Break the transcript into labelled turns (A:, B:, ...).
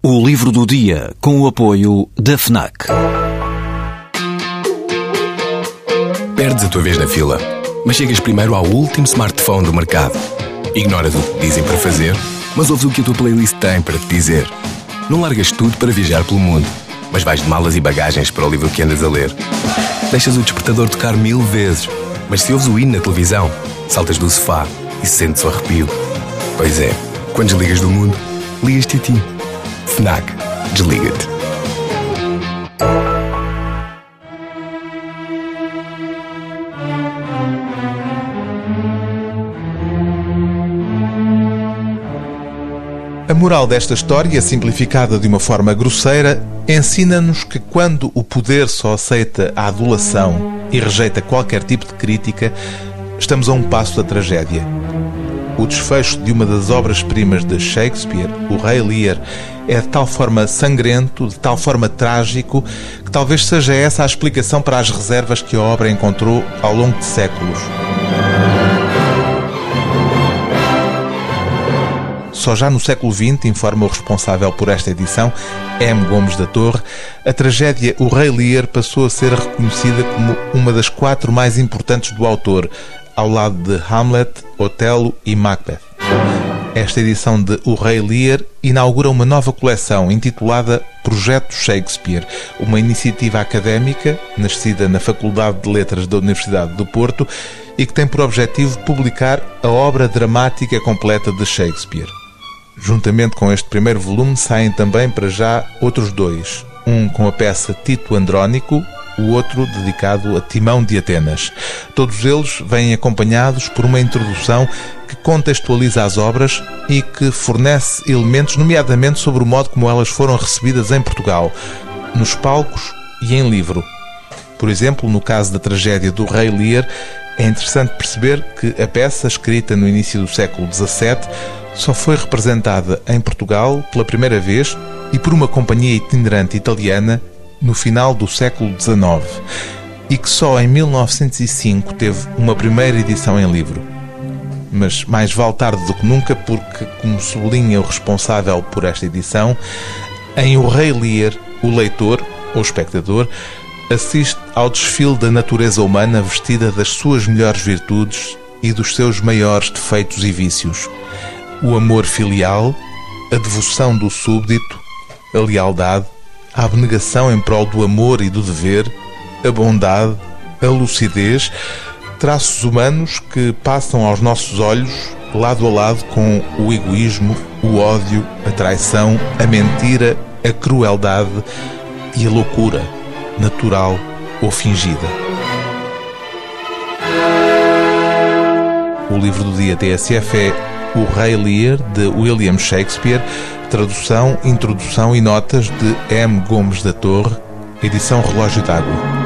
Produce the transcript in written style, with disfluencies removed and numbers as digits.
A: O livro do dia, com o apoio da FNAC.
B: Perdes a tua vez na fila, mas chegas primeiro ao último smartphone do mercado. Ignoras o que te dizem para fazer, mas ouves o que a tua playlist tem para te dizer. Não largas tudo para viajar pelo mundo, mas vais de malas e bagagens para o livro que andas a ler. Deixas o despertador tocar 1000 vezes, mas se ouves o hino na televisão, saltas do sofá e sentes o arrepio. Pois é, quando desligas do mundo, ligas-te a ti. FNAC. Desliga-te.
C: A moral desta história, simplificada de uma forma grosseira, ensina-nos que quando o poder só aceita a adulação e rejeita qualquer tipo de crítica, estamos a um passo da tragédia. O desfecho de uma das obras-primas de Shakespeare, O Rei Lear, é de tal forma sangrento, de tal forma trágico, que talvez seja essa a explicação para as reservas que a obra encontrou ao longo de séculos. Só já no século XX, informa o responsável por esta edição, M. Gomes da Torre, a tragédia O Rei Lear passou a ser reconhecida como uma das 4 mais importantes do autor, ao lado de Hamlet, Otelo e Macbeth. Esta edição de O Rei Lear inaugura uma nova coleção intitulada Projeto Shakespeare, uma iniciativa académica nascida na Faculdade de Letras da Universidade do Porto e que tem por objetivo publicar a obra dramática completa de Shakespeare. Juntamente com este primeiro volume saem também para já outros 2, um com a peça Tito Andrónico, o outro dedicado a Timão de Atenas. Todos eles vêm acompanhados por uma introdução que contextualiza as obras e que fornece elementos, nomeadamente sobre o modo como elas foram recebidas em Portugal, nos palcos e em livro. Por exemplo, no caso da tragédia do Rei Lear, é interessante perceber que a peça, escrita no início do século XVII, só foi representada em Portugal pela primeira vez e por uma companhia itinerante italiana no final do século XIX e que só em 1905 teve uma primeira edição em livro. Mas mais vale tarde do que nunca, porque, como sublinha o responsável por esta edição, em O Rei Lear, o leitor, ou espectador, assiste ao desfile da natureza humana vestida das suas melhores virtudes e dos seus maiores defeitos e vícios. O amor filial, a devoção do súbdito, a lealdade, a abnegação em prol do amor e do dever, a bondade, a lucidez, traços humanos que passam aos nossos olhos lado a lado com o egoísmo, o ódio, a traição, a mentira, a crueldade e a loucura, natural ou fingida. O livro do dia TSF é O Rei Lear, de William Shakespeare, tradução, introdução e notas de M. Gomes da Torre, edição Relógio d'Água.